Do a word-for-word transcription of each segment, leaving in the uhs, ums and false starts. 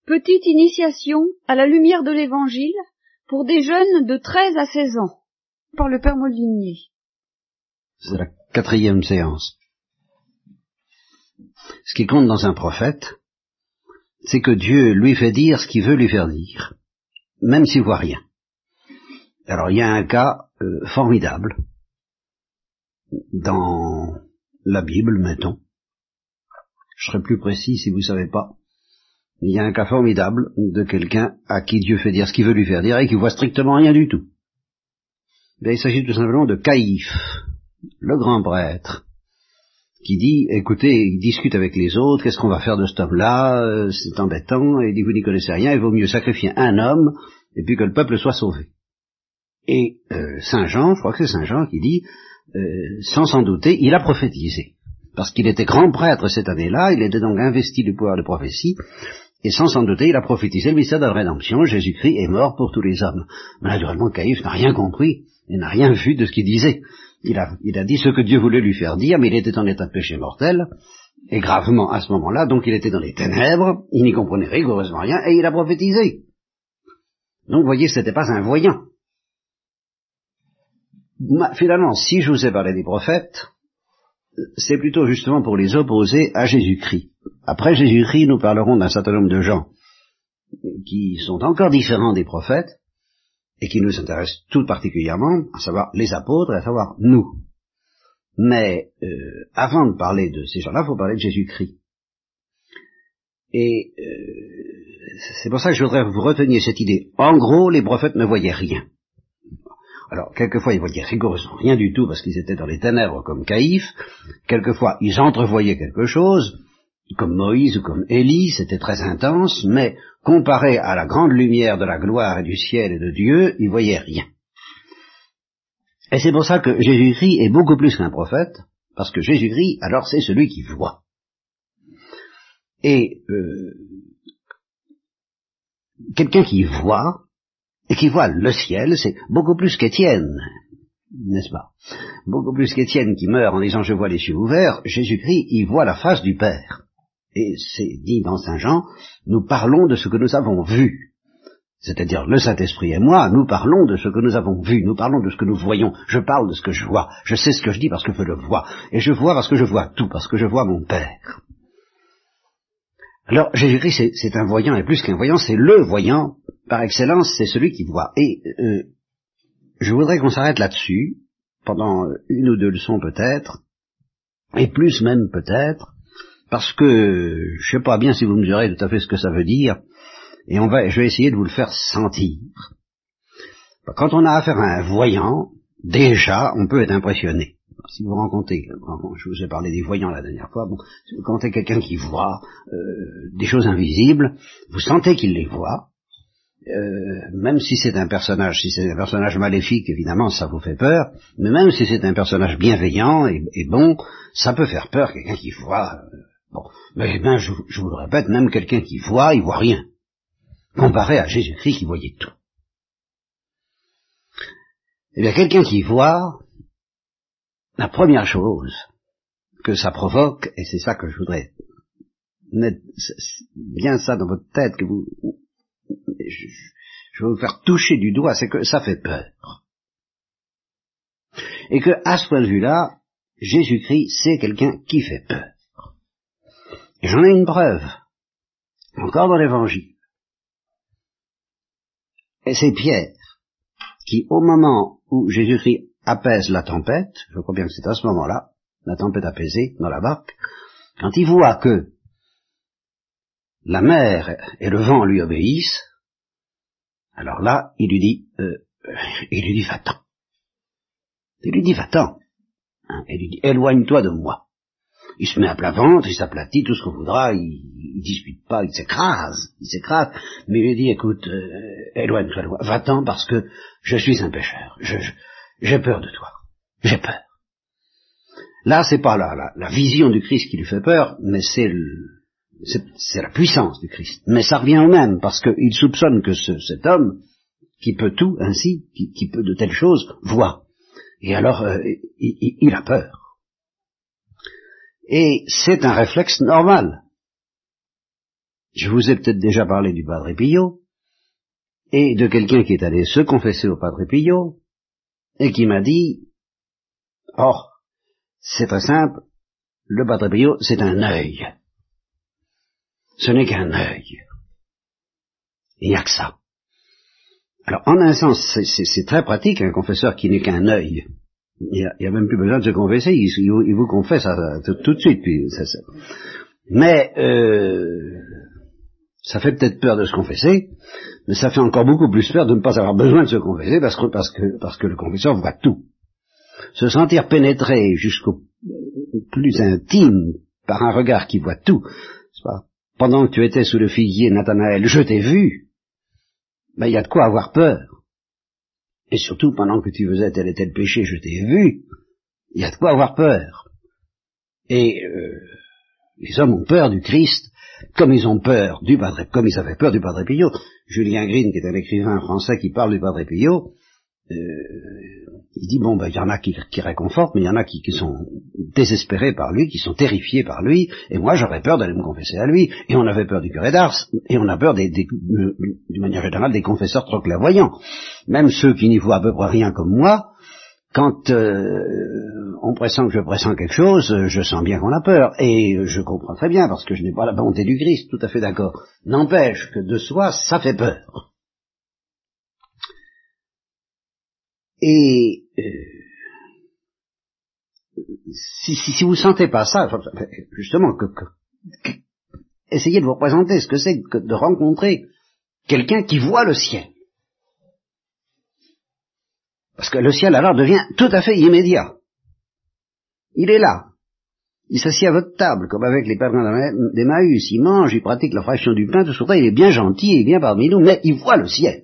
Petite initiation à la lumière de l'Évangile pour des jeunes de treize à seize ans, par le Père Molinier. C'est la quatrième séance. Ce qui compte dans un prophète, c'est que Dieu lui fait dire ce qu'il veut lui faire dire, même s'il voit rien. Alors il y a un cas euh, formidable dans la Bible, mettons. Je serai plus précis si vous ne savez pas. Il y a un cas formidable de quelqu'un à qui Dieu fait dire ce qu'il veut lui faire dire et qui voit strictement rien du tout. Bien, il s'agit tout simplement de Caïphe, le grand prêtre, qui dit, écoutez, il discute avec les autres, qu'est-ce qu'on va faire de cet homme-là, euh, c'est embêtant, et il dit, vous n'y connaissez rien, il vaut mieux sacrifier un homme, et puis que le peuple soit sauvé. Et euh, Saint Jean, je crois que c'est Saint Jean qui dit, euh, sans s'en douter, il a prophétisé. Parce qu'il était grand prêtre cette année-là, il était donc investi du pouvoir de prophétie, et sans s'en douter, il a prophétisé le mystère de la rédemption, Jésus-Christ est mort pour tous les hommes. Mais naturellement, Caïphe n'a rien compris, il n'a rien vu de ce qu'il disait. Il a, il a dit ce que Dieu voulait lui faire dire, mais il était en état de péché mortel, et gravement à ce moment-là, donc il était dans les ténèbres, il n'y comprenait rigoureusement rien, et il a prophétisé. Donc vous voyez, ce n'était pas un voyant. Finalement, si je vous ai parlé des prophètes, c'est plutôt justement pour les opposer à Jésus-Christ. Après Jésus-Christ, nous parlerons d'un certain nombre de gens qui sont encore différents des prophètes et qui nous intéressent tout particulièrement, à savoir les apôtres et à savoir nous. Mais euh, avant de parler de ces gens-là, il faut parler de Jésus-Christ. Et euh, c'est pour ça que je voudrais que vous reteniez cette idée. En gros, les prophètes ne voyaient rien. Alors, quelquefois, ils voyaient rigoureusement rien du tout parce qu'ils étaient dans les ténèbres comme Caïphe. Quelquefois, ils entrevoyaient quelque chose, comme Moïse ou comme Élie, c'était très intense, mais comparé à la grande lumière de la gloire et du ciel et de Dieu, ils voyaient rien. Et c'est pour ça que Jésus-Christ est beaucoup plus qu'un prophète, parce que Jésus-Christ, alors, c'est celui qui voit. Et euh, quelqu'un qui voit, et qui voit le ciel, c'est beaucoup plus qu'Étienne, n'est-ce pas? Beaucoup plus qu'Étienne qui meurt en disant « je vois les cieux ouverts », Jésus-Christ, il voit la face du Père. Et c'est dit dans Saint Jean, nous parlons de ce que nous avons vu. C'est-à-dire le Saint-Esprit et moi, nous parlons de ce que nous avons vu, nous parlons de ce que nous voyons, je parle de ce que je vois, je sais ce que je dis parce que je le vois, et je vois parce que je vois tout, parce que je vois mon Père. Alors, Jésus-Christ, c'est, c'est un voyant, et plus qu'un voyant, c'est le voyant, par excellence, c'est celui qui voit. Et euh, je voudrais qu'on s'arrête là-dessus, pendant une ou deux leçons peut-être, et plus même peut-être, parce que je ne sais pas bien si vous mesurez tout à fait ce que ça veut dire, et on va, je vais essayer de vous le faire sentir. Quand on a affaire à un voyant, déjà, on peut être impressionné. Si vous rencontrez, je vous ai parlé des voyants la dernière fois, bon, si vous rencontrez quelqu'un qui voit euh, des choses invisibles, vous sentez qu'il les voit, euh, même si c'est un personnage, si c'est un personnage maléfique, évidemment, ça vous fait peur, mais même si c'est un personnage bienveillant et, et bon, ça peut faire peur, quelqu'un qui voit, euh, bon, mais ben, je, je vous le répète, même quelqu'un qui voit, il voit rien, comparé à Jésus-Christ qui voyait tout. Eh bien, quelqu'un qui voit, la première chose que ça provoque, et c'est ça que je voudrais mettre bien ça dans votre tête, que vous, je, je vais vous faire toucher du doigt, c'est que ça fait peur. Et que, à ce point de vue-là, Jésus-Christ, c'est quelqu'un qui fait peur. Et j'en ai une preuve, encore dans l'Évangile. Et c'est Pierre, qui, au moment où Jésus-Christ apaise la tempête, je crois bien que c'est à ce moment-là, la tempête apaisée dans la barque, quand il voit que la mer et le vent lui obéissent, alors là, il lui dit, euh, il lui dit, va-t'en. Il lui dit, va-t'en. Hein, il lui dit, éloigne-toi de moi. Il se met à plat ventre, il s'aplatit, tout ce qu'on voudra, il, il dispute pas, il s'écrase, il s'écrase, mais il lui dit, écoute, euh, éloigne-toi de moi, va-t'en parce que je suis un pécheur, je, je J'ai peur de toi. J'ai peur. Là, c'est pas la, la, la vision du Christ qui lui fait peur, mais c'est, le, c'est, c'est la puissance du Christ. Mais ça revient au même, parce qu'il soupçonne que ce, cet homme, qui peut tout ainsi, qui, qui peut de telles choses, voit. Et alors, euh, il, il a peur. Et c'est un réflexe normal. Je vous ai peut-être déjà parlé du Padre Pio, et de quelqu'un qui est allé se confesser au Padre Pio, et qui m'a dit, oh, c'est très simple, le Padre Pio, c'est un œil. Ce n'est qu'un œil. Il n'y a que ça. Alors, en un sens, c'est, c'est, c'est très pratique, un confesseur qui n'est qu'un œil. Il n'y a, a même plus besoin de se confesser, il, il, vous, il vous confesse à, à, tout, tout de suite. Puis, ça, ça. Mais, euh, ça fait peut-être peur de se confesser, mais ça fait encore beaucoup plus peur de ne pas avoir besoin de se confesser, parce que, parce que, parce que le confesseur voit tout. Se sentir pénétré jusqu'au plus intime par un regard qui voit tout, c'est pas, pendant que tu étais sous le figuier, Nathanaël, je t'ai vu, ben il y a de quoi avoir peur. Et surtout, pendant que tu faisais tel et tel péché, je t'ai vu, il y a de quoi avoir peur. Et euh, les hommes ont peur du Christ, comme ils ont peur du Padre, comme ils avaient peur du Padre Pio. Julien Green, qui est un écrivain français qui parle du Padre Pio, euh, il dit, bon, ben, il y en a qui, qui réconfortent, mais il y en a qui, qui sont désespérés par lui, qui sont terrifiés par lui, et moi j'aurais peur d'aller me confesser à lui, et on avait peur du curé d'Ars, et on a peur des, des, euh, d'une manière générale des confesseurs trop clairvoyants. Même ceux qui n'y voient à peu près rien comme moi, quand euh, on pressent que je pressens quelque chose, je sens bien qu'on a peur, et je comprends très bien, parce que je n'ai pas la bonté du Christ, tout à fait d'accord. N'empêche que de soi, ça fait peur. Et euh, si, si, si vous sentez pas ça, justement, que, que, que, essayez de vous représenter ce que c'est que de rencontrer quelqu'un qui voit le ciel. Parce que le ciel alors devient tout à fait immédiat. Il est là. Il s'assied à votre table, comme avec les pèlerins d'Emmaüs. Il mange, il pratique la fraction du pain, tout ça. Il est bien gentil, il est bien parmi nous, mais il voit le ciel.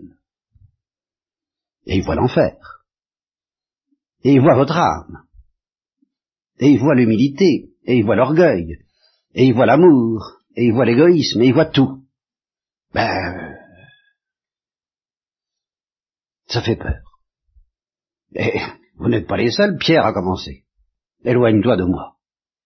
Et il voit l'enfer. Et il voit votre âme. Et il voit l'humilité. Et il voit l'orgueil. Et il voit l'amour. Et il voit l'égoïsme. Et il voit tout. Ben, ça fait peur. Et vous n'êtes pas les seuls. Pierre a commencé. Éloigne-toi de moi.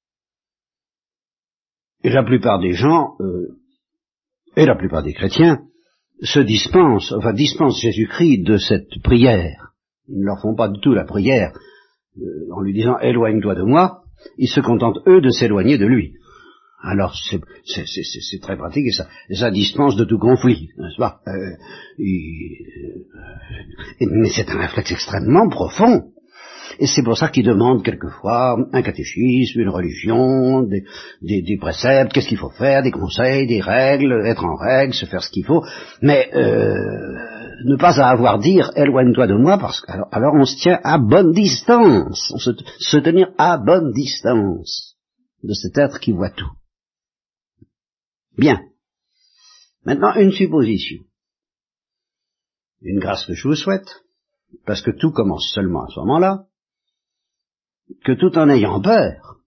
Et la plupart des gens, euh, et la plupart des chrétiens, se dispensent, enfin dispensent Jésus-Christ de cette prière. Ils ne leur font pas du tout la prière euh, en lui disant « éloigne-toi de moi », ils se contentent, eux, de s'éloigner de lui. Alors, c'est, c'est, c'est, c'est très pratique et ça, et ça dispense de tout conflit, n'est-ce pas euh, il, euh, mais c'est un réflexe extrêmement profond. Et c'est pour ça qu'ils demandent quelquefois un catéchisme, une religion, des, des, des préceptes, qu'est-ce qu'il faut faire, des conseils, des règles, être en règle, se faire ce qu'il faut, mais euh, ne pas avoir à dire éloigne-toi de moi, parce que alors, alors on se tient à bonne distance, on se, se tenir à bonne distance de cet être qui voit tout. Bien. Maintenant, une supposition. Une grâce que je vous souhaite, parce que tout commence seulement à ce moment-là, que tout en ayant peur,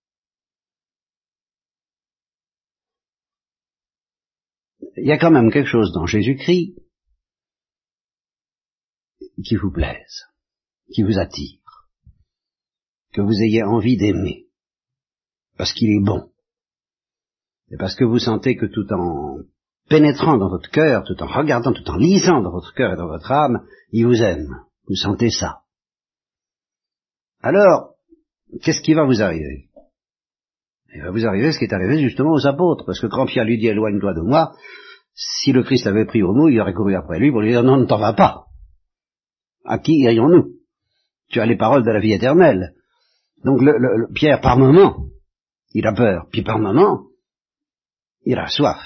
il y a quand même quelque chose dans Jésus-Christ qui vous plaise, qui vous attire, que vous ayez envie d'aimer, parce qu'il est bon, et parce que vous sentez que tout en pénétrant dans votre cœur, tout en regardant, tout en lisant dans votre cœur et dans votre âme, il vous aime, vous sentez ça. Alors, qu'est-ce qui va vous arriver? Il va vous arriver ce qui est arrivé justement aux apôtres, parce que quand Pierre lui dit éloigne-toi de moi, si le Christ l'avait pris au mot, il aurait couru après lui pour lui dire non, ne t'en vas pas. À qui irions-nous? Tu as les paroles de la vie éternelle. Donc le, le, le Pierre, par moment, il a peur, puis par moment, il a soif.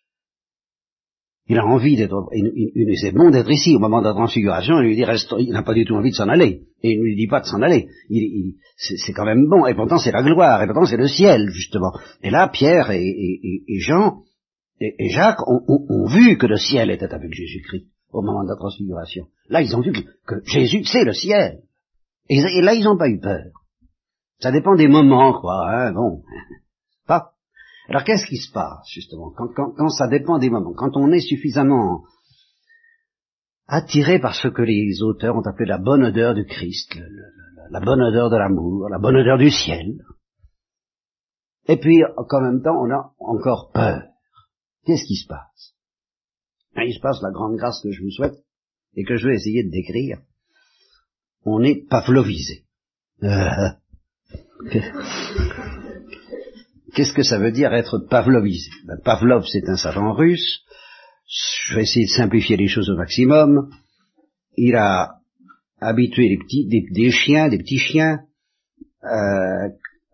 Il a envie d'être, il, il, il, c'est bon d'être ici au moment de la transfiguration, il lui dit reste, il n'a pas du tout envie de s'en aller, et il ne lui dit pas de s'en aller, il, il, c'est, c'est quand même bon, et pourtant c'est la gloire, et pourtant c'est le ciel, justement. Et là, Pierre et, et, et Jean, et, et Jacques ont, ont, ont vu que le ciel était avec Jésus-Christ, au moment de la transfiguration. Là, ils ont vu que, que Jésus, c'est le ciel. Et, et là, ils n'ont pas eu peur. Ça dépend des moments, quoi, hein, bon. Pas. Alors qu'est-ce qui se passe, justement, quand, quand, quand ça dépend des moments, quand on est suffisamment attiré par ce que les auteurs ont appelé la bonne odeur du Christ, le, le, la bonne odeur de l'amour, la bonne odeur du ciel, et puis qu'en même temps on a encore peur. qu'est-ce qui se passe? Il se passe la grande grâce que je vous souhaite et que je vais essayer de décrire. On est pavlovisé. Euh, Qu'est-ce que ça veut dire être pavlovisé? Ben, Pavlov, c'est un savant russe. Je vais essayer de simplifier les choses au maximum. Il a habitué les petits, des, des chiens, des petits chiens, euh,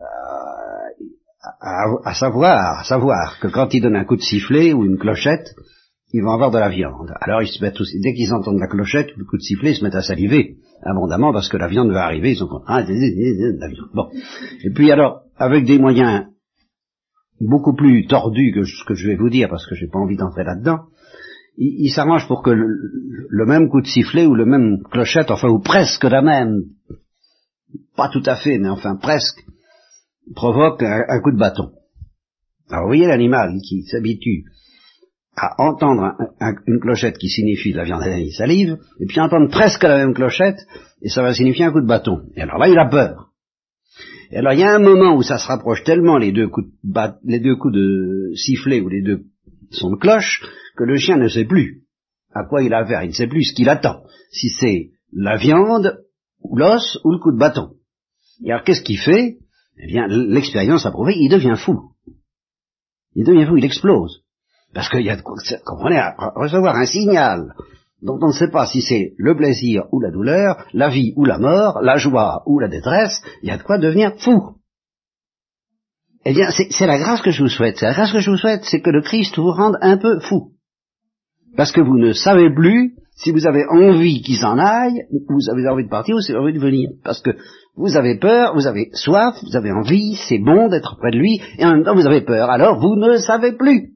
à, à savoir, à savoir que quand ils donnent un coup de sifflet ou une clochette, ils vont avoir de la viande. Alors ils se mettent aussi, dès qu'ils entendent la clochette ou le coup de sifflet, ils se mettent à saliver abondamment parce que la viande va arriver. Ils sont contents. Ah, la viande. Bon. Et puis alors, avec des moyens beaucoup plus tordus que ce que je vais vous dire, parce que j'ai pas envie d'entrer là-dedans, il, il s'arrange pour que le, le même coup de sifflet ou le même clochette, enfin ou presque la même, pas tout à fait, mais enfin presque, provoque un, un coup de bâton. Alors vous voyez l'animal qui s'habitue à entendre un, un, une clochette qui signifie de la viande et salive, et puis entendre presque la même clochette, et ça va signifier un coup de bâton. Et alors là, il a peur. Et alors il y a un moment où ça se rapproche tellement les deux coups de, bat, les deux coups de sifflet ou les deux sons de cloche, que le chien ne sait plus à quoi il a affaire, il ne sait plus ce qu'il attend, si c'est la viande, ou l'os, ou le coup de bâton. Et alors qu'est-ce qu'il fait? Eh bien, l'expérience a prouvé, il devient fou. Il devient fou, il explose. Parce qu'il y a de quoi, comprenez, à recevoir un signal dont on ne sait pas si c'est le plaisir ou la douleur, la vie ou la mort, la joie ou la détresse, il y a de quoi devenir fou. Eh bien, c'est, c'est la grâce que je vous souhaite. C'est la grâce que je vous souhaite, c'est que le Christ vous rende un peu fou. Parce que vous ne savez plus si vous avez envie qu'il s'en aille, ou vous avez envie de partir, ou si vous avez envie de venir. Parce que vous avez peur, vous avez soif, vous avez envie, c'est bon d'être près de lui, et en même temps vous avez peur. Alors vous ne savez plus.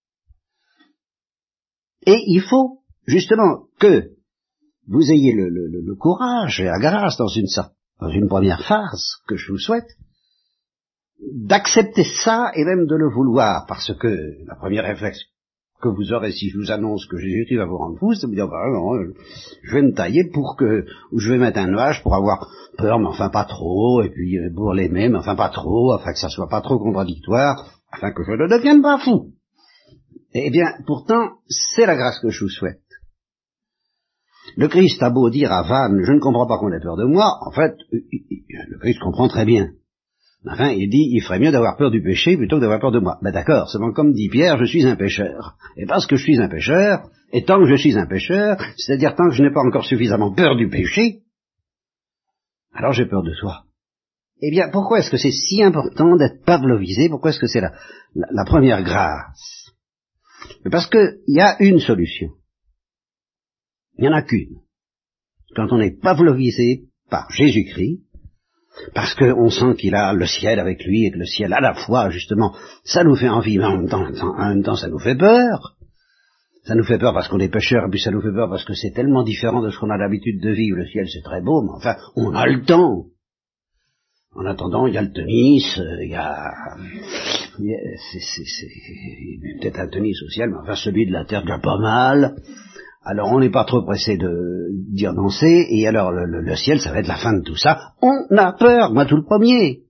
Et il faut justement que vous ayez le, le, le courage et la grâce dans une, dans une première phase que je vous souhaite, d'accepter ça et même de le vouloir, parce que la première réflexe que vous aurez si je vous annonce que Jésus va vous rendre fou, c'est de vous dire, bah, non, je vais me tailler pour que, ou je vais mettre un nuage pour avoir peur, mais enfin pas trop, et puis pour l'aimer, mais enfin pas trop, afin que ça soit pas trop contradictoire, afin que je ne devienne pas fou. Eh bien, pourtant, c'est la grâce que je vous souhaite. Le Christ a beau dire à Vannes, je ne comprends pas qu'on ait peur de moi, en fait, le Christ comprend très bien. Enfin, il dit, il ferait mieux d'avoir peur du péché plutôt que d'avoir peur de moi. Ben d'accord, seulement comme dit Pierre, je suis un pécheur. Et parce que je suis un pécheur, et tant que je suis un pécheur, c'est-à-dire tant que je n'ai pas encore suffisamment peur du péché, alors j'ai peur de toi. Eh bien, pourquoi est-ce que c'est si important d'être pavlovisé? Pourquoi est-ce que c'est la, la, la première grâce? Parce qu'il y a une solution. Il n'y en a qu'une. Quand on est pavlovisé par Jésus-Christ, parce qu'on sent qu'il a le ciel avec lui, et que le ciel à la fois, justement, ça nous fait envie, mais en même temps, en même temps ça nous fait peur. Ça nous fait peur parce qu'on est pécheurs, et puis ça nous fait peur parce que c'est tellement différent de ce qu'on a l'habitude de vivre. Le ciel c'est très beau, mais enfin, on a le temps. En attendant, il y a le tennis, il y a... C'est, c'est, c'est peut-être un tennis au ciel, mais enfin celui de la terre déjà pas mal. Alors on n'est pas trop pressé de dire danser, et alors le, le, le ciel, ça va être la fin de tout ça. On a peur, moi tout le premier.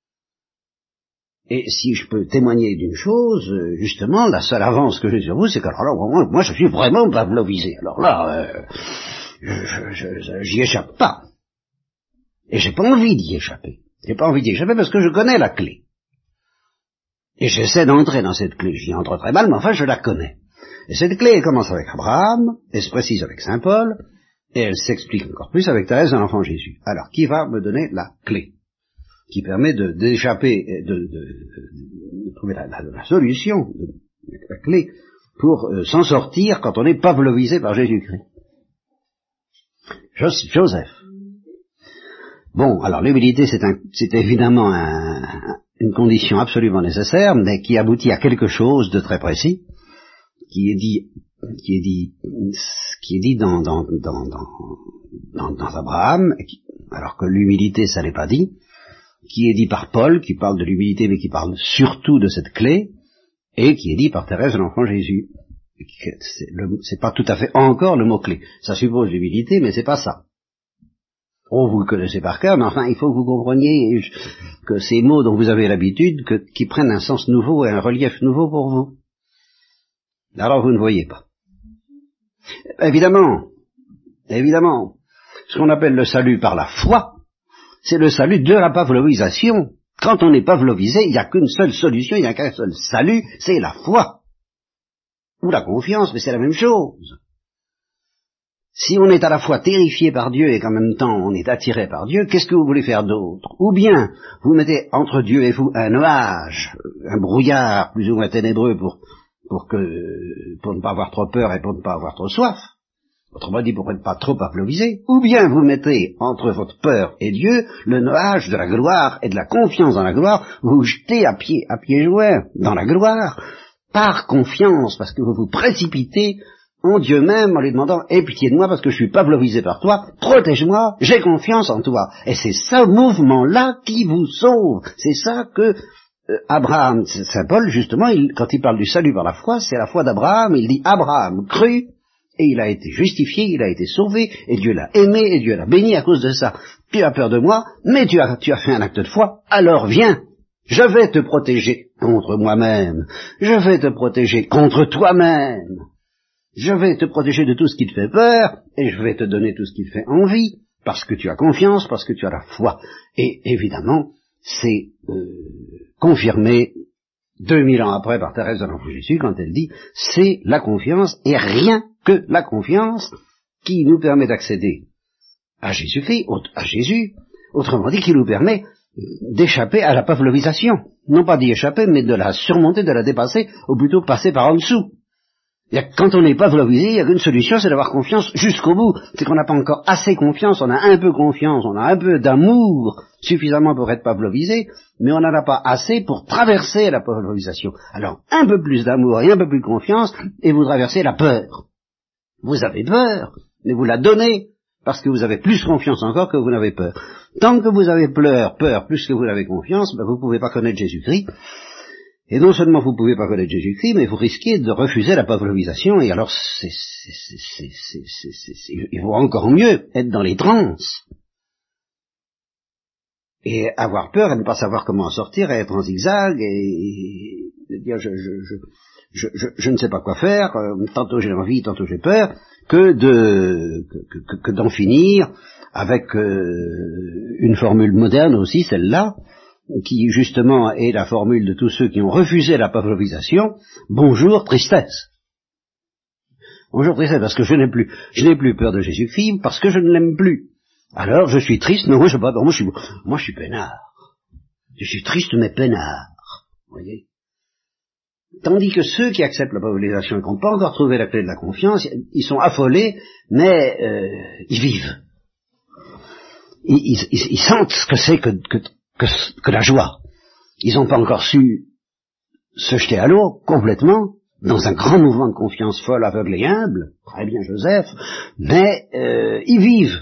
Et si je peux témoigner d'une chose, justement, la seule avance que j'ai sur vous, c'est que alors là, moi, moi je suis vraiment pavlovisé. Alors là, euh, je, je, je, j'y échappe pas. Et j'ai pas envie d'y échapper. J'ai pas envie d'y échapper parce que je connais la clé. Et j'essaie d'entrer dans cette clé. J'y entre très mal, mais enfin je la connais. Et cette clé, elle commence avec Abraham, elle se précise avec saint Paul, et elle s'explique encore plus avec Thérèse de l'Enfant Jésus. Alors, qui va me donner la clé qui permet de, d'échapper, de, de, de, de trouver la, la, la solution, de, la clé pour euh, s'en sortir quand on est pavlovisé par Jésus-Christ? Joseph. Bon, alors l'humilité, c'est, un, c'est évidemment un, une condition absolument nécessaire, mais qui aboutit à quelque chose de très précis, qui est dit, qui est dit, qui est dit dans, dans, dans, dans, dans, dans Abraham, alors que l'humilité, ça n'est pas dit, qui est dit par Paul, qui parle de l'humilité, mais qui parle surtout de cette clé, et qui est dit par Thérèse de l'Enfant Jésus. C'est, le, c'est pas tout à fait encore le mot-clé. Ça suppose l'humilité, mais c'est pas ça. Oh, vous le connaissez par cœur, mais enfin, il faut que vous compreniez que ces mots dont vous avez l'habitude, que, qui prennent un sens nouveau et un relief nouveau pour vous. Alors vous ne voyez pas. Évidemment, évidemment, ce qu'on appelle le salut par la foi, c'est le salut de la pavlovisation. Quand on est pavlovisé, il n'y a qu'une seule solution, il n'y a qu'un seul salut, c'est la foi. Ou la confiance, mais c'est la même chose. Si on est à la fois terrifié par Dieu et qu'en même temps on est attiré par Dieu, qu'est-ce que vous voulez faire d'autre? Ou bien vous mettez entre Dieu et vous un nuage, un brouillard plus ou moins ténébreux pour, pour, que, pour ne pas avoir trop peur et pour ne pas avoir trop soif, autrement dit pour ne pas trop pavloviser, ou bien vous mettez entre votre peur et Dieu le nuage de la gloire et de la confiance dans la gloire, vous vous jetez à pied, à pieds joints dans la gloire, par confiance, parce que vous vous précipitez en Dieu même en lui demandant « Aie pitié de moi parce que je suis pavlovisé par toi, protège-moi, j'ai confiance en toi ». Et c'est ce mouvement-là qui vous sauve. C'est ça que euh, Abraham, Saint Paul, justement, il, quand il parle du salut par la foi, c'est la foi d'Abraham. Il dit « Abraham crut et il a été justifié, il a été sauvé, et Dieu l'a aimé, et Dieu l'a béni à cause de ça. Tu as peur de moi, mais tu as, tu as fait un acte de foi, alors viens. Je vais te protéger contre moi-même. Je vais te protéger contre toi-même. Je vais te protéger de tout ce qui te fait peur, et je vais te donner tout ce qui te fait envie, parce que tu as confiance, parce que tu as la foi. Et évidemment, c'est euh, confirmé deux mille ans après par Thérèse de l'Enfant Jésus, quand elle dit, c'est la confiance, et rien que la confiance, qui nous permet d'accéder à Jésus-Christ, à Jésus, autrement dit, qui nous permet d'échapper à la pavlovisation. Non pas d'y échapper, mais de la surmonter, de la dépasser, ou plutôt passer par en dessous. Il y a, quand on n'est pas pavlovisé, il n'y a qu'une solution, c'est d'avoir confiance jusqu'au bout. C'est qu'on n'a pas encore assez confiance, on a un peu confiance, on a un peu d'amour, suffisamment pour être pavlovisé, mais on n'en a pas assez pour traverser la pavlovisation. Alors, un peu plus d'amour et un peu plus de confiance, et vous traversez la peur. Vous avez peur, mais vous la donnez, parce que vous avez plus confiance encore que vous n'avez peur. Tant que vous avez peur, peur, plus que vous n'avez confiance, ben vous ne pouvez pas connaître Jésus-Christ. Et non seulement vous ne pouvez pas connaître Jésus-Christ, mais vous risquez de refuser la pavlovisation, et alors c'est, c'est, c'est, c'est, c'est, c'est, c'est, c'est, il vaut encore mieux être dans les transes, et avoir peur et ne pas savoir comment en sortir, et être en zigzag, et, et dire je, je, je, je, je, je ne sais pas quoi faire, euh, tantôt j'ai envie, tantôt j'ai peur, que de que, que, que d'en finir avec euh, une formule moderne aussi, celle-là, qui justement est la formule de tous ceux qui ont refusé la pavlovisation, bonjour tristesse. Bonjour tristesse, parce que je n'ai plus, je n'ai plus peur de Jésus-Christ, parce que je ne l'aime plus. Alors je suis triste, mais moi je sais pas, moi je suis, moi je suis peinard. Je suis triste mais peinard. Vous voyez? Tandis que ceux qui acceptent la pavlovisation et qui n'ont pas encore trouvé la clé de la confiance, ils sont affolés, mais euh, ils vivent. Ils, ils, ils, ils sentent ce que c'est que, que Que, que la joie. Ils n'ont pas encore su se jeter à l'eau complètement, dans un grand mouvement de confiance folle, aveugle et humble, très bien Joseph, mais euh, ils vivent.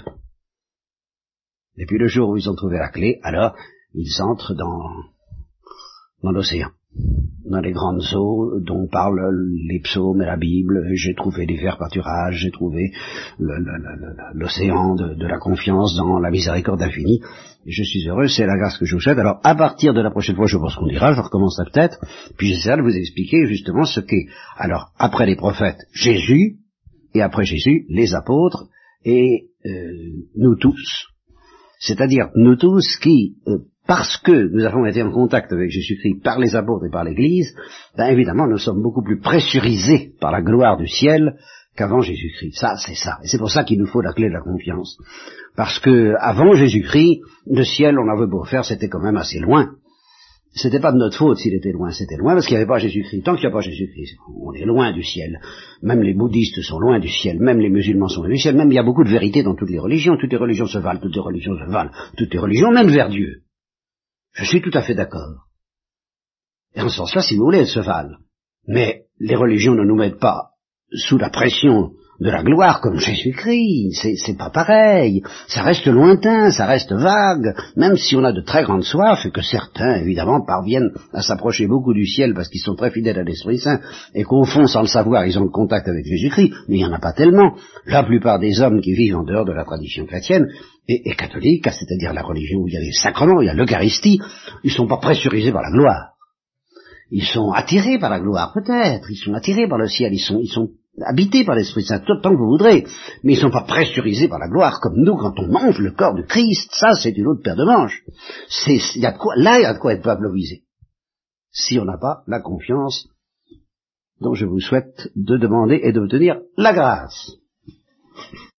Et puis le jour où ils ont trouvé la clé, alors ils entrent dans, dans l'océan, dans les grandes eaux dont parlent les psaumes et la Bible. J'ai trouvé les verts pâturages, j'ai trouvé le, le, le, l'océan de, de la confiance dans la miséricorde infinie. Je suis heureux, c'est la grâce que je vous souhaite. Alors, à partir de la prochaine fois, je pense qu'on dira, je recommencerai peut-être, puis j'essaierai de vous expliquer justement ce qu'est, alors, après les prophètes, Jésus, et après Jésus, les apôtres, et euh, nous tous. C'est-à-dire, nous tous qui, euh, parce que nous avons été en contact avec Jésus-Christ par les apôtres et par l'Église, ben évidemment, nous sommes beaucoup plus pressurisés par la gloire du ciel qu'avant Jésus-Christ. Ça, c'est ça. Et c'est pour ça qu'il nous faut la clé de la confiance. Parce que avant Jésus-Christ, le ciel, on avait beau faire, c'était quand même assez loin. C'était pas de notre faute s'il était loin, c'était loin parce qu'il n'y avait pas Jésus-Christ. Tant qu'il n'y a pas Jésus-Christ, on est loin du ciel. Même les bouddhistes sont loin du ciel, même les musulmans sont loin du ciel, même il y a beaucoup de vérité dans toutes les religions, toutes les religions se valent, toutes les religions se valent, toutes les religions mènent vers Dieu. Je suis tout à fait d'accord. Et en ce sens-là, si vous voulez, elles se valent. Mais les religions ne nous mettent pas sous la pression de la gloire comme Jésus-Christ, c'est, c'est pas pareil, ça reste lointain, ça reste vague, même si on a de très grandes soifs, et que certains, évidemment, parviennent à s'approcher beaucoup du ciel parce qu'ils sont très fidèles à l'Esprit Saint, et qu'au fond, sans le savoir, ils ont le contact avec Jésus-Christ, mais il n'y en a pas tellement. La plupart des hommes qui vivent en dehors de la tradition chrétienne et, et catholique, c'est-à-dire la religion où il y a les sacrements, il y a l'Eucharistie, ils ne sont pas pressurisés par la gloire. ils sont attirés par la gloire, peut-être, ils sont attirés par le ciel, ils sont, ils sont habités par l'Esprit Saint, tant que vous voudrez, mais ils ne sont pas pressurisés par la gloire, comme nous quand on mange le corps de Christ. Ça, c'est une autre paire de manches. C'est, y a de quoi, là, il y a de quoi être pavlovisé, si on n'a pas la confiance dont je vous souhaite de demander et d'obtenir la grâce.